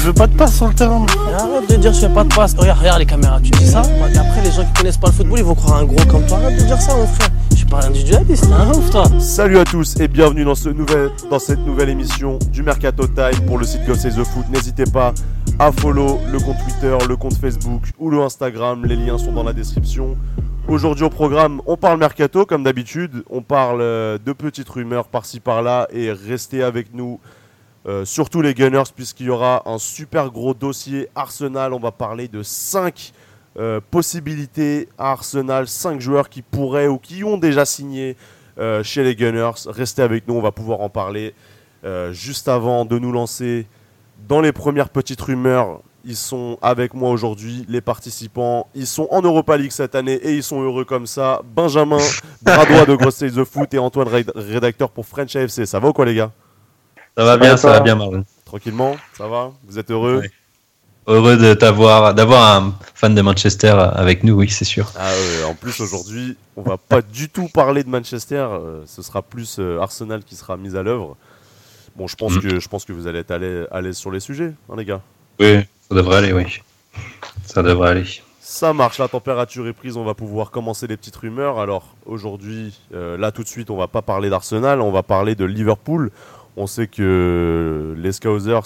fais pas de passe sur le terrain. Arrête de dire je fais pas de passe. Regarde les caméras, tu dis ça. Après les gens qui connaissent pas le football, ils vont croire un gros comme toi. Arrête de dire ça mon frère. Je suis pas individualiste, t'es un ouf toi. Salut à tous et bienvenue dans cette nouvelle émission du Mercato Time pour le site God Save the Foot. N'hésitez pas à follow le compte Twitter, le compte Facebook ou le Instagram. Les liens sont dans la description. Aujourd'hui au programme, on parle Mercato comme d'habitude. On parle de petites rumeurs par-ci par-là et restez avec nous. Surtout les Gunners, puisqu'il y aura un super gros dossier Arsenal. On va parler de 5 possibilités à Arsenal, 5 joueurs qui pourraient ou qui ont déjà signé chez les Gunners. Restez avec nous, on va pouvoir en parler. Juste avant de nous lancer dans les premières petites rumeurs, ils sont avec moi aujourd'hui, les participants. Ils sont en Europa League cette année et ils sont heureux comme ça. Benjamin, bras droit de God Save the Foot, et Antoine, rédacteur pour French AFC. Ça va ou quoi les gars ? Ça va bien, Marlon. Tranquillement, ça va ? Vous êtes heureux ? Oui. Heureux d'avoir un fan de Manchester avec nous, oui, c'est sûr. Ah ouais, en plus aujourd'hui, on va pas du tout parler de Manchester. Ce sera plus Arsenal qui sera mis à l'œuvre. Bon, je pense que vous allez être à l'aise sur les sujets, hein, les gars. Oui, ça devrait aller, oui. Ça devrait aller. Ça marche, la température est prise, on va pouvoir commencer les petites rumeurs. Alors aujourd'hui, là tout de suite, on va pas parler d'Arsenal, on va parler de Liverpool. On sait que les Scousers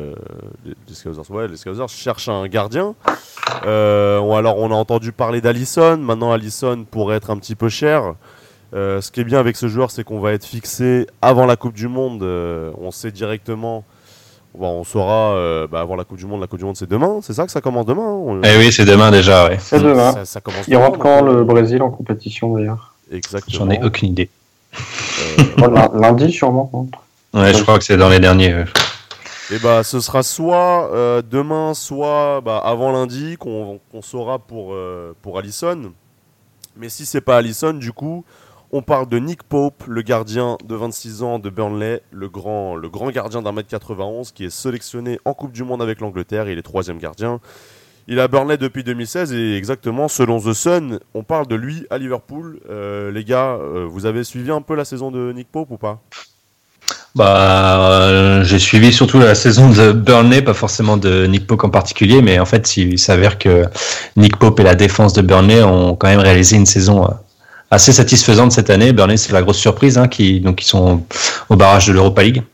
cherchent un gardien. Alors on a entendu parler d'Alisson. Maintenant Alisson pourrait être un petit peu cher. Ce qui est bien avec ce joueur, c'est qu'on va être fixé avant la Coupe du Monde. On sait directement. On saura avant la Coupe du Monde. La Coupe du Monde c'est demain. C'est ça que ça commence demain. Oui, c'est demain déjà. Ouais. C'est demain. Ça commence. Il rentre quand le Brésil en compétition d'ailleurs ? Exactement. J'en ai aucune idée. Lundi sûrement. Ouais, je crois que c'est dans les derniers. Et ce sera soit demain, soit avant lundi qu'on saura pour Alisson. Mais si c'est pas Alisson, du coup, on parle de Nick Pope, le gardien de 26 ans de Burnley, le grand gardien d'1m91 qui est sélectionné en Coupe du Monde avec l'Angleterre. Il est 3e gardien. Il est à Burnley depuis 2016 et exactement, selon The Sun, on parle de lui à Liverpool. Les gars, vous avez suivi un peu la saison de Nick Pope ou pas ? J'ai suivi surtout la saison de Burnley, pas forcément de Nick Pope en particulier, mais en fait, il s'avère que Nick Pope et la défense de Burnley ont quand même réalisé une saison assez satisfaisante cette année. Burnley, c'est la grosse surprise, qui sont au barrage de l'Europa League.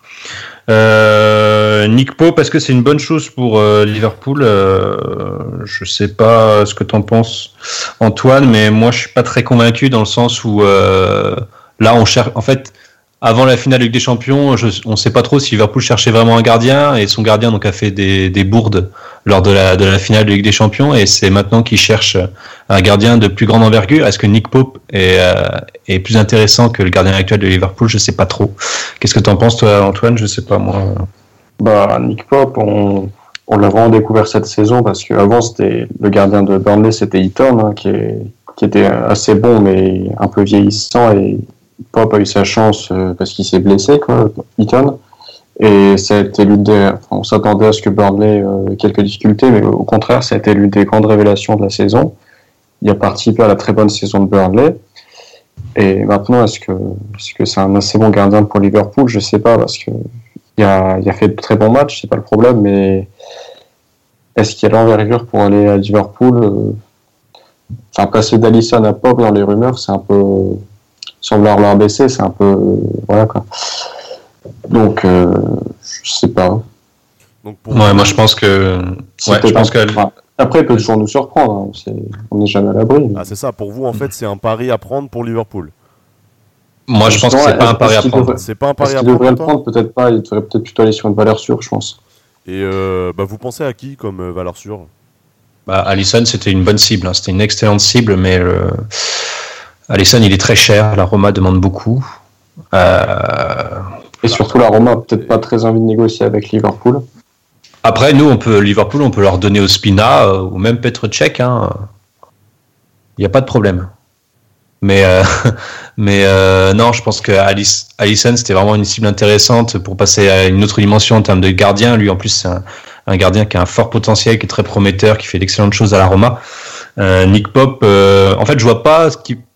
Nick Pope, est-ce que c'est une bonne chose pour Liverpool ? Je sais pas ce que t'en penses, Antoine, mais moi, je suis pas très convaincu dans le sens où là, on cherche, en fait. Avant la finale de Ligue des Champions, on ne sait pas trop si Liverpool cherchait vraiment un gardien, et son gardien donc a fait des bourdes lors de la finale de Ligue des Champions, et c'est maintenant qu'il cherche un gardien de plus grande envergure. Est-ce que Nick Pope est plus intéressant que le gardien actuel de Liverpool ? Je sais pas trop. Qu'est-ce que tu en penses toi, Antoine ? Je sais pas moi. Nick Pope, on l'a vraiment découvert cette saison parce qu'avant c'était le gardien de Burnley, c'était Eaton qui était assez bon mais un peu vieillissant, et Pope a eu sa chance parce qu'il s'est blessé, Eaton. Et ça a été on s'attendait à ce que Burnley ait quelques difficultés, mais au contraire, ça a été l'une des grandes révélations de la saison. Il a participé à la très bonne saison de Burnley. Et maintenant, est-ce que c'est un assez bon gardien pour Liverpool ? Je sais pas, parce que il a fait de très bons matchs, c'est pas le problème, mais est-ce qu'il y a l'envergure pour aller à Liverpool ? Passer d'Alisson à Pope dans les rumeurs, c'est un peu... sans vouloir leur baisser, c'est un peu... voilà quoi. Donc, je sais pas. Donc moi je pense que... Après, il peut toujours nous surprendre, on n'est jamais à l'abri. Ah, c'est ça, pour vous en fait c'est un pari à prendre pour Liverpool. Moi je pense que c'est pas un pari à prendre. C'est pas un pari à prendre. Il devrait le prendre, peut-être pas, il devrait peut-être plutôt aller sur une valeur sûre, je pense. Et vous pensez à qui comme valeur sûre ? Alisson, c'était une bonne cible, c'était une excellente cible, mais... Alisson, il est très cher. La Roma demande beaucoup. Et surtout, la Roma n'a peut-être pas très envie de négocier avec Liverpool. Après, nous, Liverpool, on peut leur donner Ospina ou même Petr Cech. Il n'y a pas de problème. Mais non, je pense que Alisson, c'était vraiment une cible intéressante pour passer à une autre dimension en termes de gardien. Lui, en plus, c'est un gardien qui a un fort potentiel, qui est très prometteur, qui fait d'excellentes choses à la Roma. Nick Pope, en fait, je vois pas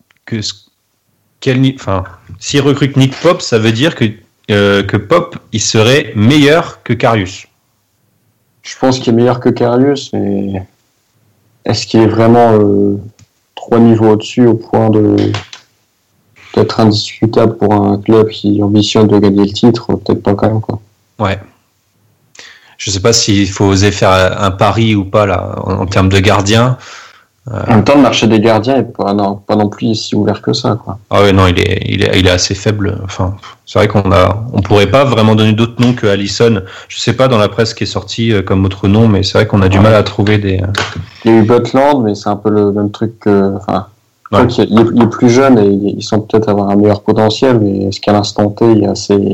s'il recrute Nick Pope, ça veut dire que Pope, il serait meilleur que Karius. Je pense qu'il est meilleur que Karius, mais est-ce qu'il est vraiment 3 niveaux au-dessus au point d'être indiscutable pour un club qui ambitionne de gagner le titre? Peut-être pas quand même, quoi. Ouais. Je sais pas s'il faut oser faire un pari ou pas là en termes de gardien. En même temps, le marché des gardiens est pas non plus si ouvert que ça, quoi. Ah ouais, non, il est assez faible. Enfin, c'est vrai on pourrait pas vraiment donner d'autres noms que Alisson. Je sais pas dans la presse qui est sortie comme autre nom, mais c'est vrai qu'on a du mal à trouver des. Il y a eu Butland, mais c'est un peu le même truc que. Enfin, Ouais. il est plus jeune et ils sont peut-être avoir un meilleur potentiel, mais est-ce qu'à l'instant T, il y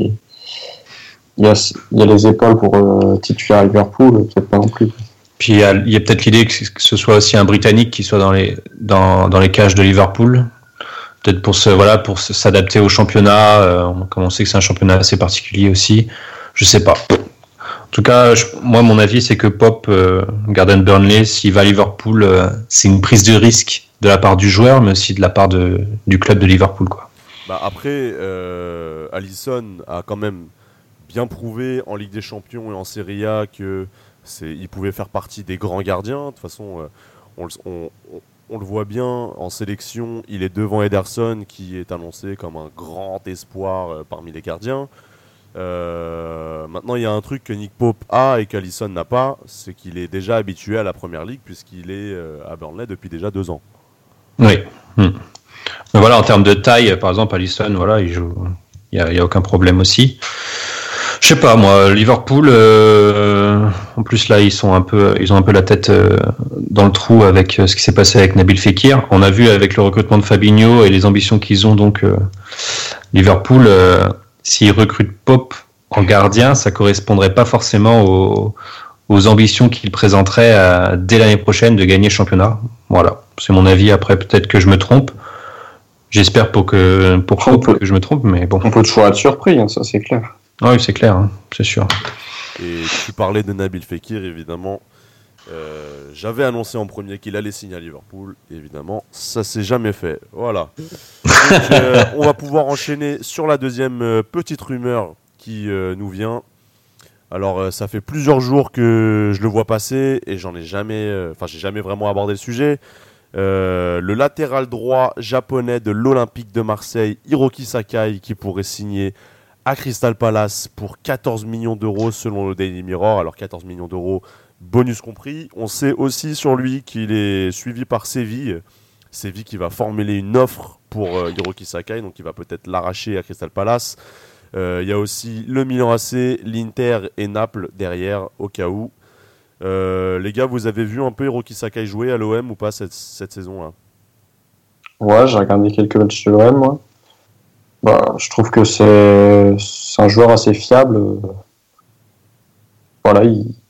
a les épaules pour titulaire à Liverpool? Peut-être pas non plus. Puis il y a peut-être l'idée que ce soit aussi un Britannique qui soit dans les cages de Liverpool, peut-être pour s'adapter au championnat. Comme on sait que c'est un championnat assez particulier aussi, je sais pas. En tout cas, moi mon avis c'est que Pope Garden Burnley, s'il va à Liverpool, c'est une prise de risque de la part du joueur, mais aussi de la part du club de Liverpool, quoi. Bah après, Alisson a quand même bien prouvé en Ligue des Champions et en Serie A que il pouvait faire partie des grands gardiens. De toute façon, on le voit bien en sélection. Il est devant Ederson, qui est annoncé comme un grand espoir parmi les gardiens. Maintenant, il y a un truc que Nick Pope a et qu'Alisson n'a pas, c'est qu'il est déjà habitué à la Première Ligue puisqu'il est à Burnley depuis déjà 2 ans. Oui. Mais voilà, en termes de taille, par exemple, Alisson, voilà, il joue. Il y a aucun problème aussi. Je sais pas, moi, Liverpool, en plus là, ils ont un peu la tête dans le trou avec ce qui s'est passé avec Nabil Fekir. On a vu avec le recrutement de Fabinho et les ambitions qu'ils ont, donc Liverpool, s'ils recrutent Pope en gardien, ça correspondrait pas forcément aux ambitions qu'il présenterait dès l'année prochaine de gagner le championnat. Voilà, c'est mon avis. Après, peut-être que je me trompe. J'espère pour Pope que je me trompe, mais bon. On peut toujours être surpris, hein, ça c'est clair. Oui, c'est clair, hein, c'est sûr. Et tu parlais de Nabil Fekir, évidemment. J'avais annoncé en premier qu'il allait signer à Liverpool. Et évidemment, ça s'est jamais fait. Voilà. Donc, on va pouvoir enchaîner sur la deuxième petite rumeur qui nous vient. Alors, ça fait plusieurs jours que je le vois passer et j'ai jamais vraiment abordé le sujet. Le latéral droit japonais de l'Olympique de Marseille, Hiroki Sakai, qui pourrait signer à Crystal Palace pour 14 millions d'euros selon le Daily Mirror. Alors 14 millions d'euros, bonus compris. On sait aussi sur lui qu'il est suivi par Séville. Séville qui va formuler une offre pour Hiroki Sakai, donc il va peut-être l'arracher à Crystal Palace. Il y a aussi le Milan AC, l'Inter et Naples derrière au cas où. Les gars, vous avez vu un peu Hiroki Sakai jouer à l'OM ou pas cette saison-là? Ouais, j'ai regardé quelques matchs de l'OM, moi. Bah, je trouve que c'est un joueur assez fiable. Voilà,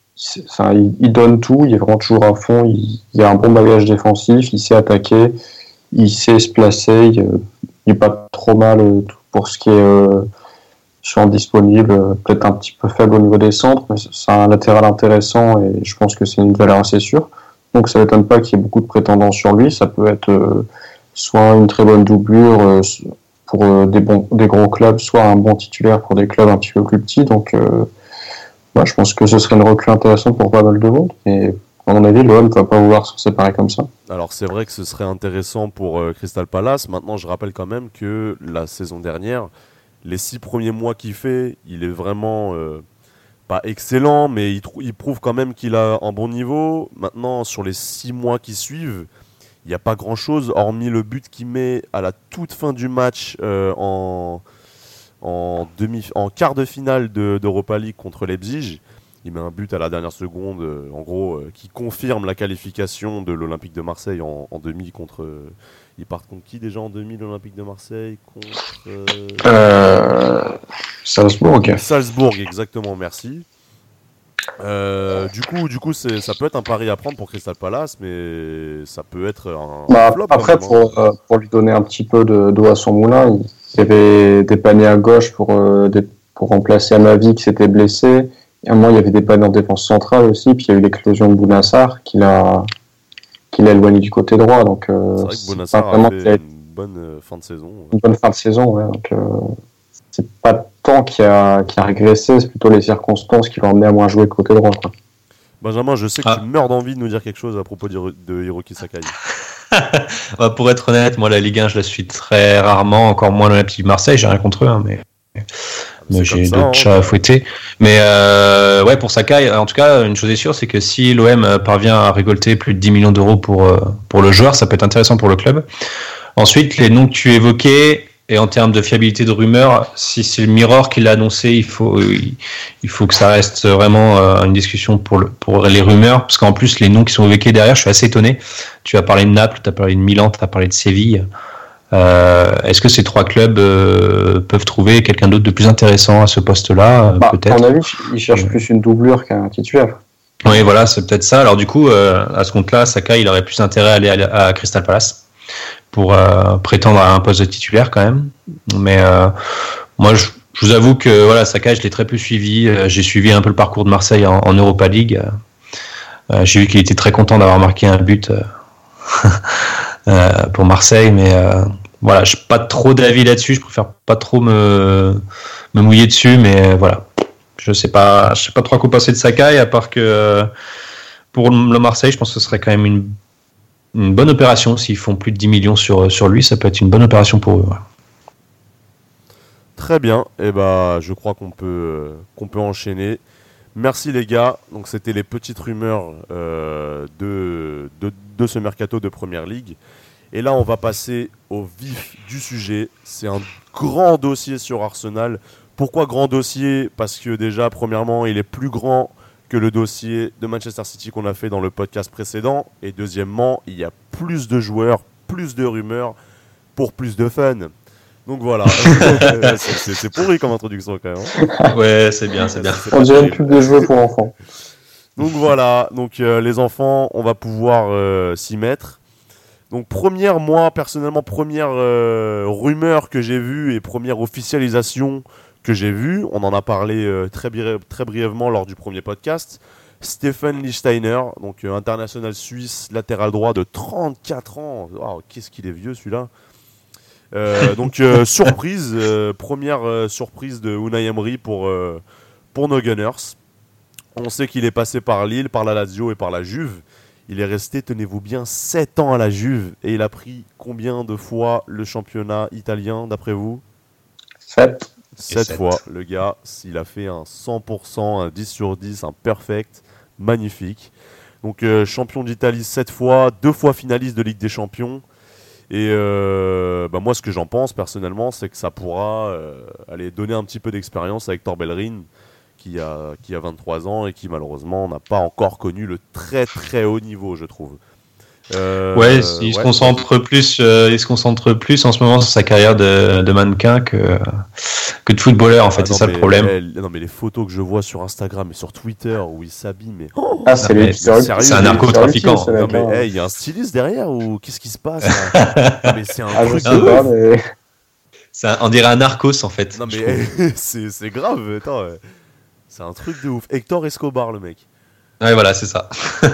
il donne tout, il est vraiment toujours à fond, il a un bon bagage défensif, il sait attaquer, il sait se placer, il n'est pas trop mal pour ce qui est champ disponible, peut-être un petit peu faible au niveau des centres, mais c'est un latéral intéressant et je pense que c'est une valeur assez sûre. Donc ça ne m'étonne pas qu'il y ait beaucoup de prétendants sur lui, ça peut être soit une très bonne doublure pour des gros clubs, soit un bon titulaire pour des clubs un petit peu plus petits. Donc, je pense que ce serait une recrue intéressante pour pas mal de monde. Et à mon avis, l'OM ne va pas vouloir se séparer comme ça. Alors, c'est vrai que ce serait intéressant pour Crystal Palace. Maintenant, je rappelle quand même que la saison dernière, les 6 premiers mois qu'il fait, il est vraiment pas excellent, mais il prouve quand même qu'il a un bon niveau. Maintenant, sur les 6 mois qui suivent, il n'y a pas grand-chose, hormis le but qu'il met à la toute fin du match en quart de finale d'Europa League contre Leipzig. Il met un but à la dernière seconde, en gros, qui confirme la qualification de l'Olympique de Marseille en demi contre... ils partent contre qui déjà en demi, l'Olympique de Marseille? Contre... Salzbourg. Salzbourg, exactement, merci. Du coup, ça peut être un pari à prendre pour Crystal Palace, mais ça peut être un flop. Après, pour lui donner un petit peu d'eau à son moulin, il y avait des paniers à gauche pour remplacer Amavi qui s'était blessé. Et à un moment, il y avait des paniers en défense centrale aussi. Puis il y a eu l'éclosion de Bounassar qui l'a éloigné du côté droit. Donc, c'est vrai que Bounassar a fait une bonne fin de saison. Une bonne fin de saison, ouais. Donc, c'est pas tant qui a régressé, c'est plutôt les circonstances qui l'ont amené à moins jouer côté droit, quoi. Benjamin, je sais que tu meurs d'envie de nous dire quelque chose à propos de Hiroki Sakai. Pour être honnête, moi la Ligue 1 je la suis très rarement, encore moins l'Olympique de Marseille, j'ai rien contre eux, hein, mais j'ai d'autres chats à fouetter. Mais ouais, pour Sakai, en tout cas, une chose est sûre, c'est que si l'OM parvient à récolter plus de 10 millions d'euros pour le joueur, ça peut être intéressant pour le club. Ensuite, les noms que tu évoquais, et en termes de fiabilité de rumeur, si c'est le Mirror qui l'a annoncé, il faut que ça reste vraiment une discussion pour les rumeurs, parce qu'en plus, les noms qui sont évoqués derrière, je suis assez étonné. Tu as parlé de Naples, tu as parlé de Milan, tu as parlé de Séville. Est-ce que ces 3 clubs peuvent trouver quelqu'un d'autre de plus intéressant à ce poste-là, peut-être? À mon avis, ils cherchent plus une doublure qu'un titulaire. Oui, voilà, c'est peut-être ça. Alors du coup, à ce compte-là, Sakai, il aurait plus intérêt à aller à Crystal Palace pour prétendre à un poste de titulaire quand même. Mais moi, je vous avoue que voilà, Sakai, je l'ai très peu suivi. J'ai suivi un peu le parcours de Marseille en Europa League. J'ai vu qu'il était très content d'avoir marqué un but pour Marseille, mais voilà, je n'ai pas trop d'avis là-dessus. Je préfère pas trop me mouiller dessus, mais voilà. Je sais pas trop à quoi passer de Sakai, à part que pour le Marseille, je pense que ce serait quand même une bonne opération. S'ils font plus de 10 millions sur lui, ça peut être une bonne opération pour eux. Ouais. Très bien, et je crois qu'on peut enchaîner. Merci les gars, donc c'était les petites rumeurs de ce mercato de Première Ligue. Et là on va passer au vif du sujet. C'est un grand dossier sur Arsenal. Pourquoi grand dossier? Parce que déjà, premièrement, il est plus grand que le dossier de Manchester City qu'on a fait dans le podcast précédent. Et deuxièmement, il y a plus de joueurs, plus de rumeurs, pour plus de fun. Donc voilà, c'est pourri comme introduction quand même. Ouais, c'est bien, c'est bien. On dirait une pub de jeux pour enfants. Donc voilà, les enfants, on va pouvoir s'y mettre. Donc première rumeur que j'ai vue et première officialisation que j'ai vue, on en a parlé très brièvement lors du premier podcast. Stephen Lichtsteiner, donc international suisse, latéral droit de 34 ans. Wow, qu'est-ce qu'il est vieux celui-là. Surprise, première surprise de Unai Emery pour nos Gunners. On sait qu'il est passé par Lille, par la Lazio et par la Juve. Il est resté, tenez-vous bien, 7 ans à la Juve. Et il a pris combien de fois le championnat italien, d'après vous? 7. 7 fois. Le gars, il a fait un 100%, un 10 sur 10, un perfect, magnifique. Donc champion d'Italie 7 fois, 2 fois finaliste de Ligue des Champions. Et moi, ce que j'en pense personnellement, c'est que ça pourra aller donner un petit peu d'expérience avec Tor Bellerin, qui a 23 ans et qui malheureusement n'a pas encore connu le très très haut niveau, je trouve. Il se concentre plus en ce moment sur sa carrière de mannequin que de footballeur, en fait. C'est ça le problème. Non, mais les photos que je vois sur Instagram et sur Twitter où il s'habille, mais c'est un narcotrafiquant. Il y a un styliste derrière ou qu'est-ce qui se passe? Mais c'est un truc de ouf. On dirait un narcos en fait. Non mais c'est grave. Attends, c'est un truc de ouf. Hector Escobar, le mec. Ouais, voilà, c'est ça.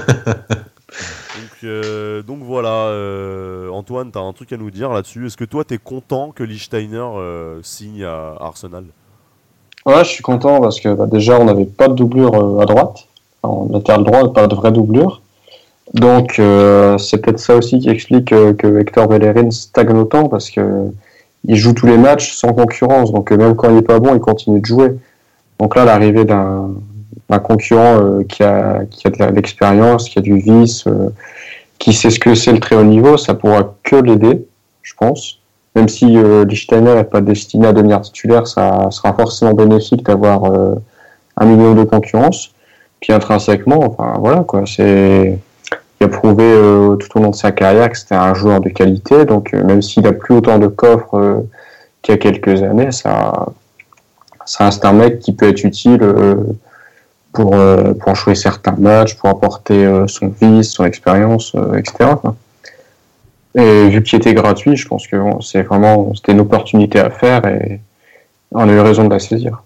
Donc voilà, Antoine, t'as un truc à nous dire là-dessus. Est-ce que toi, t'es content que Lichtsteiner signe à Arsenal? Ouais, je suis content parce que déjà, on n'avait pas de doublure à droite. En latéral droit, pas de vraie doublure. Donc, c'est peut-être ça aussi qui explique que Hector Bellerin stagne autant parce que il joue tous les matchs sans concurrence. Donc, même quand il n'est pas bon, il continue de jouer. Donc là, l'arrivée d'un concurrent qui a de l'expérience, qui a du vice, qui sait ce que c'est le très haut niveau, ça pourra que l'aider, je pense. Même si Lichtsteiner n'est pas destiné à devenir titulaire, ça sera forcément bénéfique d'avoir un minimum de concurrence. Puis intrinsèquement, enfin voilà quoi, il a prouvé tout au long de sa carrière que c'était un joueur de qualité. Donc même s'il a plus autant de coffres qu'il y a quelques années, ça reste un mec qui peut être utile. Pour jouer certains matchs, pour apporter son vice, son expérience, etc. Et vu qu'il était gratuit, je pense que c'était une opportunité à faire et on a eu raison de la saisir.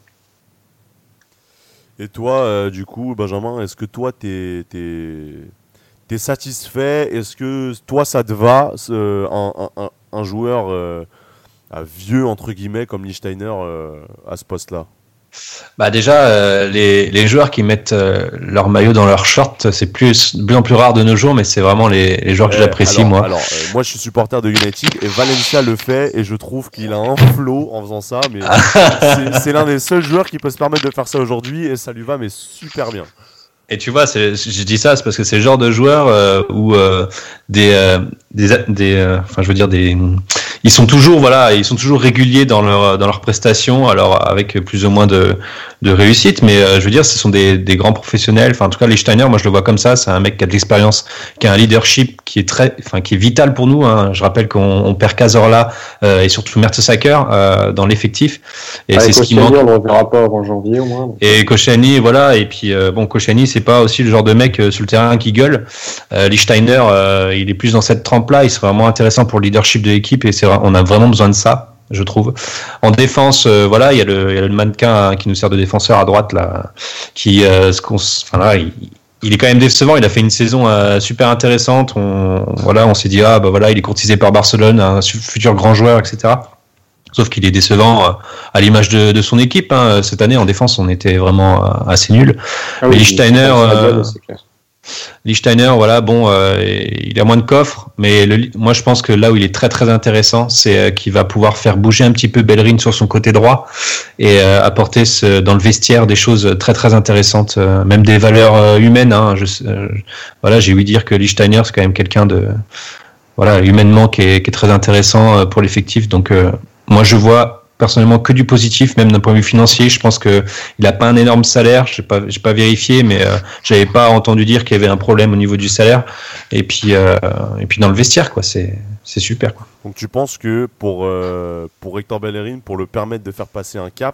Et toi, du coup, Benjamin, est-ce que toi, t'es satisfait? Est-ce que toi, ça te va, un joueur vieux, entre guillemets, comme Lichtsteiner à ce poste-là? Bah déjà, les joueurs qui mettent leur maillot dans leur short, c'est de plus en plus rare de nos jours, mais c'est vraiment les joueurs que j'apprécie, moi. Alors, moi, je suis supporter de United et Valencia le fait et je trouve qu'il a un flow en faisant ça, mais c'est l'un des seuls joueurs qui peut se permettre de faire ça aujourd'hui et ça lui va mais super bien. Et tu vois, je dis ça, c'est parce que c'est le genre de joueurs où ils sont toujours réguliers dans leurs prestations, alors avec plus ou moins de réussite, mais je veux dire, ce sont des grands professionnels. Enfin, en tout cas, Lichtsteiner, moi je le vois comme ça, c'est un mec qui a de l'expérience, qui a un leadership qui est vital pour nous. Hein. Je rappelle qu'on perd Cazorla et surtout Mertesacker dans l'effectif, et c'est ce qui manque. On ne le verra pas avant janvier au moins. Donc. Et Koscielny, voilà, et puis Koscielny, c'est pas aussi le genre de mec sur le terrain qui gueule. Lichtsteiner, il est plus dans cette trempe-là, il serait vraiment intéressant pour le leadership de l'équipe, et on a vraiment besoin de ça, je trouve. En défense, il y a le mannequin qui nous sert de défenseur à droite là, qui il est quand même décevant. Il a fait une saison super intéressante. On s'est dit il est courtisé par Barcelone, un futur grand joueur, etc. Sauf qu'il est décevant à l'image de son équipe. Hein. Cette année en défense, on était vraiment assez nuls. Mais Lichtsteiner, il a moins de coffre, mais moi je pense que là où il est très très intéressant, c'est qu'il va pouvoir faire bouger un petit peu Bellerin sur son côté droit et apporter dans le vestiaire des choses très très intéressantes, même des valeurs humaines. Hein. J'ai ouï dire que Lichtsteiner c'est quand même quelqu'un humainement qui est très intéressant pour l'effectif. Donc moi je vois personnellement que du positif, même d'un point de vue financier. Je pense que il a pas un énorme salaire. J'ai pas vérifié, mais j'avais pas entendu dire qu'il y avait un problème au niveau du salaire. Et puis dans le vestiaire, quoi, c'est super, quoi. Donc tu penses que pour Hector Bellerin, pour le permettre de faire passer un cap,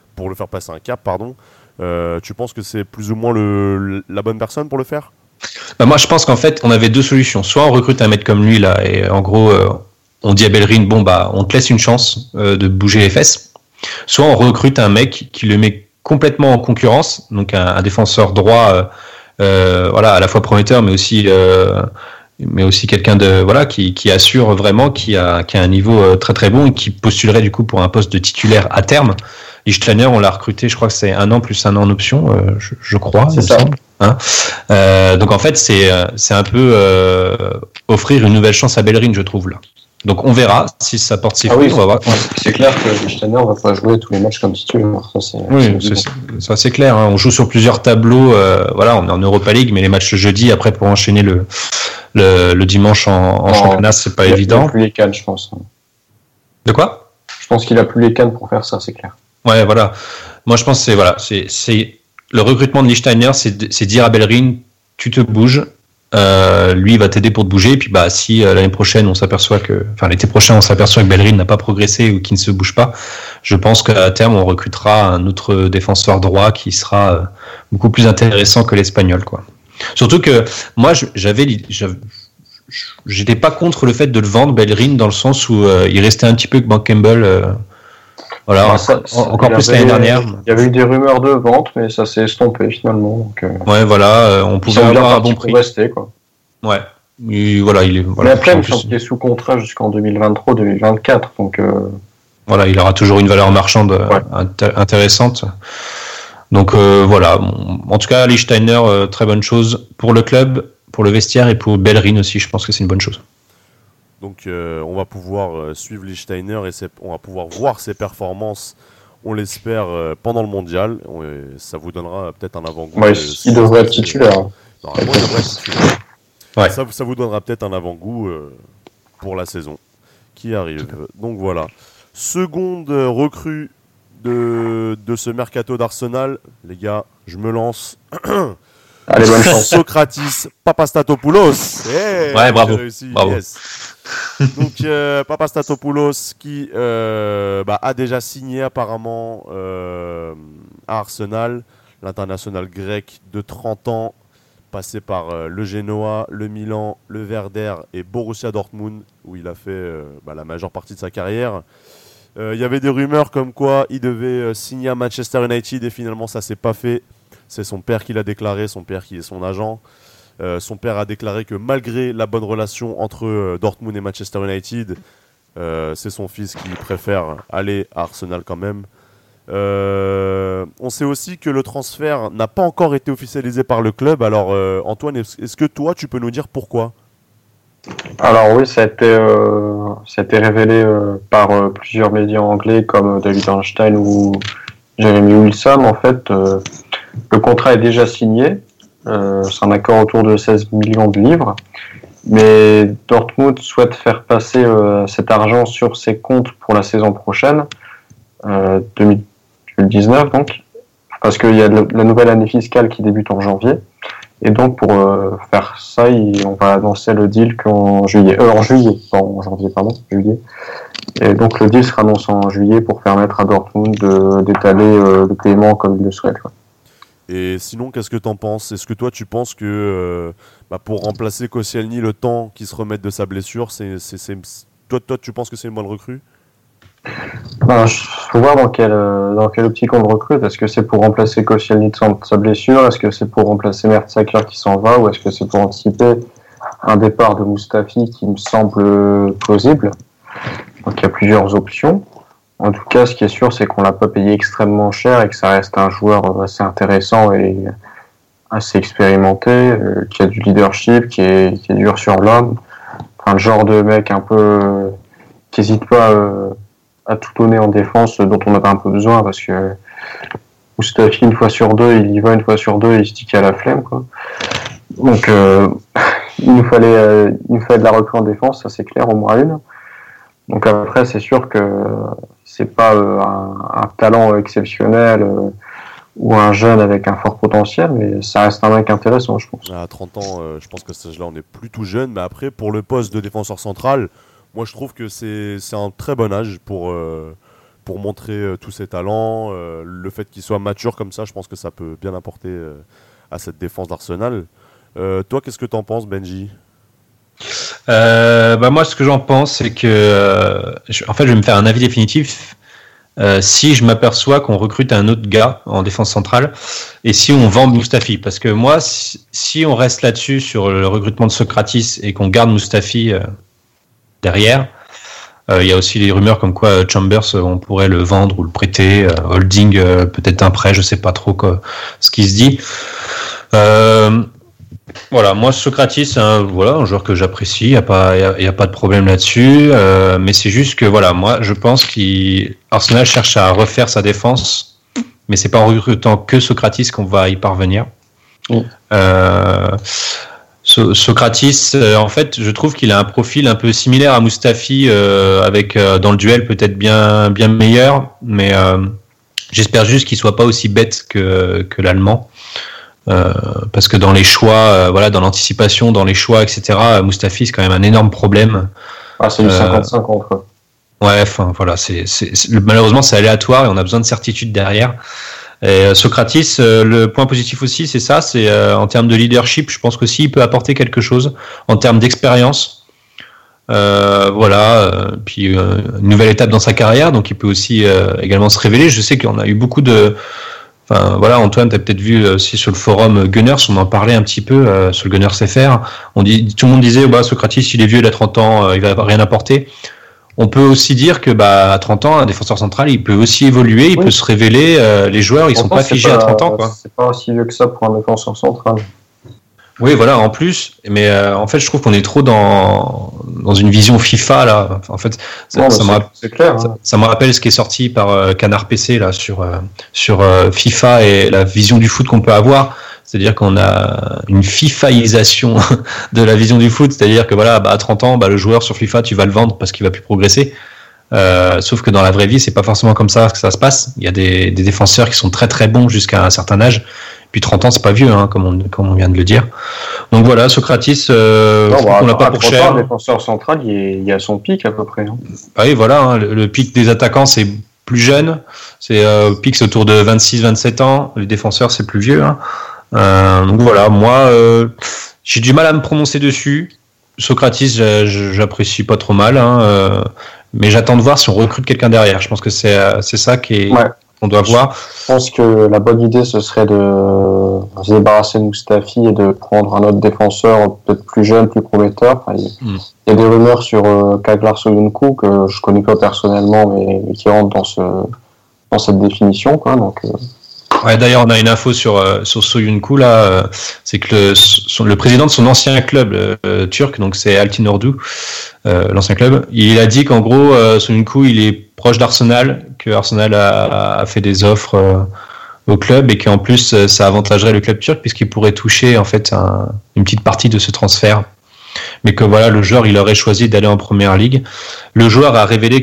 tu penses que c'est plus ou moins la bonne personne pour le faire? Bah moi, je pense qu'en fait, on avait deux solutions. Soit on recrute un mec comme lui là, et en gros. On dit à Bellerin, on te laisse une chance de bouger les fesses. Soit on recrute un mec qui le met complètement en concurrence, donc un défenseur droit, à la fois prometteur, mais aussi quelqu'un qui assure vraiment, qui a un niveau très très bon et qui postulerait du coup pour un poste de titulaire à terme. Lichtsteiner, on l'a recruté, je crois que c'est 1 an plus 1 an en option, je crois, il me semble. Hein. Donc en fait, c'est un peu offrir une nouvelle chance à Bellerin, je trouve là. Donc on verra si ça porte ses fruits. On va voir. C'est clair que Lichtsteiner va pas jouer tous les matchs comme titulaire. Ça c'est clair. Hein. On joue sur plusieurs tableaux. On est en Europa League, mais les matchs le jeudi après pour enchaîner le dimanche en championnat, c'est pas évident. Il a plus les cannes, je pense. De quoi ? Je pense qu'il a plus les cannes pour faire ça, c'est clair. Ouais, voilà. Moi je pense que c'est le recrutement de Lichtsteiner, c'est dire à Bellerin, tu te bouges. Lui il va t'aider pour te bouger, et puis si l'été prochain on s'aperçoit que Bellerin n'a pas progressé ou qu'il ne se bouge pas, je pense qu'à terme on recrutera un autre défenseur droit qui sera beaucoup plus intéressant que l'Espagnol, quoi. Surtout que moi j'étais pas contre le fait de le vendre Bellerin, dans le sens où il restait un petit peu que Campbell. Encore plus l'année dernière. Il y avait eu des rumeurs de vente, mais ça s'est estompé finalement. Donc, on pouvait avoir un bon prix. Rester, quoi. Ouais. Et voilà, il est. Mais après, je pense qu'il est sous contrat jusqu'en 2023-2024, donc. Il aura toujours une valeur marchande intéressante. Donc En tout cas, Lichtsteiner, très bonne chose pour le club, pour le vestiaire et pour Bellerin aussi. Je pense que c'est une bonne chose. Donc on va pouvoir suivre Lichtsteiner et on va pouvoir voir ses performances, on l'espère, pendant le mondial. Ça vous donnera peut-être un avant-goût. Ouais, il devrait être titulaire. Normalement, il devrait être titulaire. Ouais. Ça vous donnera peut-être un avant-goût pour la saison qui arrive. Donc voilà. Seconde recrue de ce mercato d'Arsenal. Les gars, je me lance. Allez, bonne chance. Socratis Papastatopoulos. Bravo. Réussi, bravo. Yes. Donc Papastatopoulos qui a déjà signé apparemment à Arsenal, l'international grec de 30 ans, passé par le Genoa, le Milan, le Werder et Borussia Dortmund, où il a fait la majeure partie de sa carrière. Il y avait des rumeurs comme quoi il devait signer à Manchester United et finalement ça s'est pas fait. C'est son père qui l'a déclaré, son père qui est son agent. Son père a déclaré que malgré la bonne relation entre Dortmund et Manchester United, c'est son fils qui préfère aller à Arsenal quand même. On sait aussi que le transfert n'a pas encore été officialisé par le club. Alors Antoine, est-ce que toi tu peux nous dire pourquoi ? Alors oui, ça a été révélé par plusieurs médias anglais comme David Einstein ou Jeremy Wilson. En fait, le contrat est déjà signé. C'est un accord autour de 16 millions de livres. Mais Dortmund souhaite faire passer cet argent sur ses comptes pour la saison prochaine, 2019 donc, parce qu'il y a la nouvelle année fiscale qui débute en janvier. Et donc pour faire ça, on va annoncer le deal juillet. Et donc le deal sera annoncé en juillet pour permettre à Dortmund d'étaler le paiement comme il le souhaite, quoi. Et sinon, qu'est-ce que t'en penses ? Est-ce que toi, tu penses que pour remplacer Koscielny, le temps qu'il se remette de sa blessure, toi, tu penses que c'est une bonne recrue ? Faut voir dans quelle optique on le recrute. Est-ce que c'est pour remplacer Koscielny de sa blessure ? Est-ce que c'est pour remplacer Mertesacker qui s'en va ? Ou est-ce que c'est pour anticiper un départ de Mustafi qui me semble plausible ? Donc il y a plusieurs options. En tout cas, ce qui est sûr, c'est qu'on l'a pas payé extrêmement cher et que ça reste un joueur assez intéressant et assez expérimenté, qui a du leadership, qui est dur sur l'homme. Enfin, le genre de mec un peu qui hésite pas à tout donner en défense, dont on a un peu besoin, parce que Mustafi, une fois sur deux, il y va, une fois sur deux, il se dit qu'il a la flemme, quoi. Donc, il nous fallait de la recrue en défense, ça c'est clair, au moins une. Donc après, c'est sûr que c'est pas un talent exceptionnel ou un jeune avec un fort potentiel, mais ça reste un mec intéressant, je pense. À 30 ans, je pense que ce âge-là, on est plus tout jeune, mais après, pour le poste de défenseur central, moi je trouve que c'est un très bon âge pour montrer tous ses talents. Le fait qu'il soit mature comme ça, je pense que ça peut bien apporter à cette défense d'Arsenal. Toi, qu'est-ce que t'en penses, Benji ? Moi, ce que j'en pense, c'est que je vais me faire un avis définitif si je m'aperçois qu'on recrute un autre gars en défense centrale et si on vend Mustafi. Parce que moi, si on reste là-dessus sur le recrutement de Socratis et qu'on garde Mustafi derrière, il y a aussi les rumeurs comme quoi Chambers, on pourrait le vendre ou le prêter, Holding, peut-être un prêt, je sais pas trop ce qui se dit. Voilà, moi Socratis, c'est un joueur que j'apprécie, il y a pas de problème là-dessus, mais c'est juste que voilà, moi je pense qu'Arsenal cherche à refaire sa défense, mais c'est pas en recrutant que Socratis qu'on va y parvenir. Socratis, en fait, je trouve qu'il a un profil un peu similaire à Mustafi, avec dans le duel peut-être bien meilleur, mais j'espère juste qu'il soit pas aussi bête que l'Allemand. Parce que dans les choix, dans l'anticipation, dans les choix, etc., Mustafi c'est quand même un énorme problème. C'est du 50-50. Quoi. Ouais, enfin voilà, malheureusement c'est aléatoire et on a besoin de certitude derrière. Et Socratis, le point positif aussi, c'est ça, c'est en termes de leadership, je pense qu'aussi il peut apporter quelque chose en termes d'expérience. Puis une nouvelle étape dans sa carrière, donc il peut aussi également se révéler. Je sais qu'on a eu beaucoup de Antoine, tu as peut-être vu aussi sur le forum Gunners, on en parlait un petit peu sur le Gunners FR. Tout le monde disait Socratis, il est vieux, il a 30 ans, il va rien apporter. On peut aussi dire que à 30 ans, un défenseur central, il peut aussi évoluer, il peut se révéler. Les joueurs, ils sont pas figés à 30 ans, quoi. C'est pas aussi vieux que ça pour un défenseur central. Oui, voilà, en plus, mais en fait, je trouve qu'on est trop dans une vision FIFA là. En fait, c'est clair. Ça me rappelle ce qui est sorti par Canard PC là sur FIFA et la vision du foot qu'on peut avoir. C'est-à-dire qu'on a une FIFAisation de la vision du foot. C'est-à-dire que à 30 ans, le joueur sur FIFA, tu vas le vendre parce qu'il va plus progresser. Sauf que dans la vraie vie, c'est pas forcément comme ça que ça se passe. Il y a des défenseurs qui sont très très bons jusqu'à un certain âge. Puis 30 ans, c'est pas vieux, comme on vient de le dire. Donc voilà, Socratis, on l'a pas pour cher. Un défenseur central, il y a son pic à peu près. Oui, voilà, le pic des attaquants, c'est plus jeune. C'est pic, c'est autour de 26-27 ans. Les défenseurs, c'est plus vieux. Donc voilà, moi, j'ai du mal à me prononcer dessus. Socratis, j'apprécie pas trop mal, mais j'attends de voir si on recrute quelqu'un derrière. Je pense que c'est ça qu'on doit voir. Je pense que la bonne idée, ce serait de se débarrasser de Mustafi et de prendre un autre défenseur peut-être plus jeune, plus prometteur. Il y a des rumeurs sur Kaglar Soyuncu que je connais pas personnellement, mais qui rentre dans cette définition, quoi. Donc, Ouais, d'ailleurs, on a une info sur Soyuncu là, c'est que le président de son ancien club turc, donc c'est Altın Ordu, l'ancien club, il a dit qu'en gros, Soyuncu il est proche d'Arsenal, que Arsenal a fait des offres au club et qu'en plus ça avantagerait le club turc puisqu'il pourrait toucher en fait une petite partie de ce transfert. Mais que voilà, le joueur il aurait choisi d'aller en première ligue. Le joueur a révélé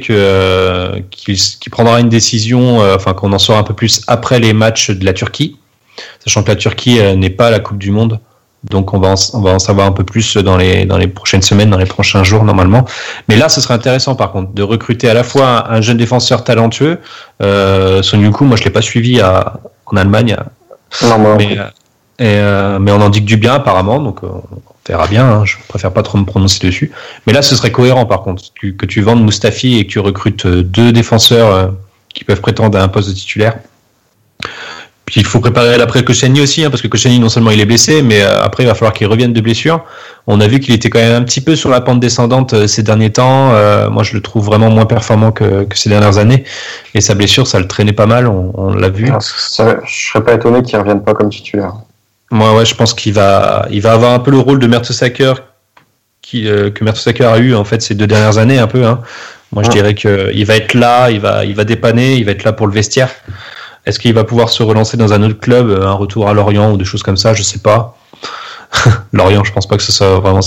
qu'il prendra une décision, enfin qu'on en saura un peu plus après les matchs de la Turquie, sachant que la Turquie n'est pas à la Coupe du Monde, donc on va en savoir un peu plus dans les prochaines semaines, dans les prochains jours normalement. Mais là, ce serait intéressant par contre de recruter à la fois un jeune défenseur talentueux. Soyuncu, moi je l'ai pas suivi en Allemagne, non, mais on en dit que du bien apparemment, donc on verra bien, hein, je préfère pas trop me prononcer dessus. Mais là, ce serait cohérent par contre, que tu vendes Mustafi et que tu recrutes 2 défenseurs qui peuvent prétendre à un poste de titulaire. Puis il faut préparer l'après Koscielny aussi, hein, parce que Koscielny non seulement il est blessé, mais après il va falloir qu'il revienne de blessure. On a vu qu'il était quand même un petit peu sur la pente descendante ces derniers temps. Moi, je le trouve vraiment moins performant que ces dernières années. Et sa blessure, ça le traînait pas mal, on l'a vu. Je serais pas étonné qu'il revienne pas comme titulaire. Moi, ouais, je pense qu'il va avoir un peu le rôle de Mertesacker que Mertesacker a eu en fait ces 2 dernières années un peu. Hein. Moi, je dirais qu'il va être là, il va dépanner, il va être là pour le vestiaire. Est-ce qu'il va pouvoir se relancer dans un autre club, un retour à Lorient ou des choses comme ça, je sais pas. Lorient, je pense pas que ce soit vraiment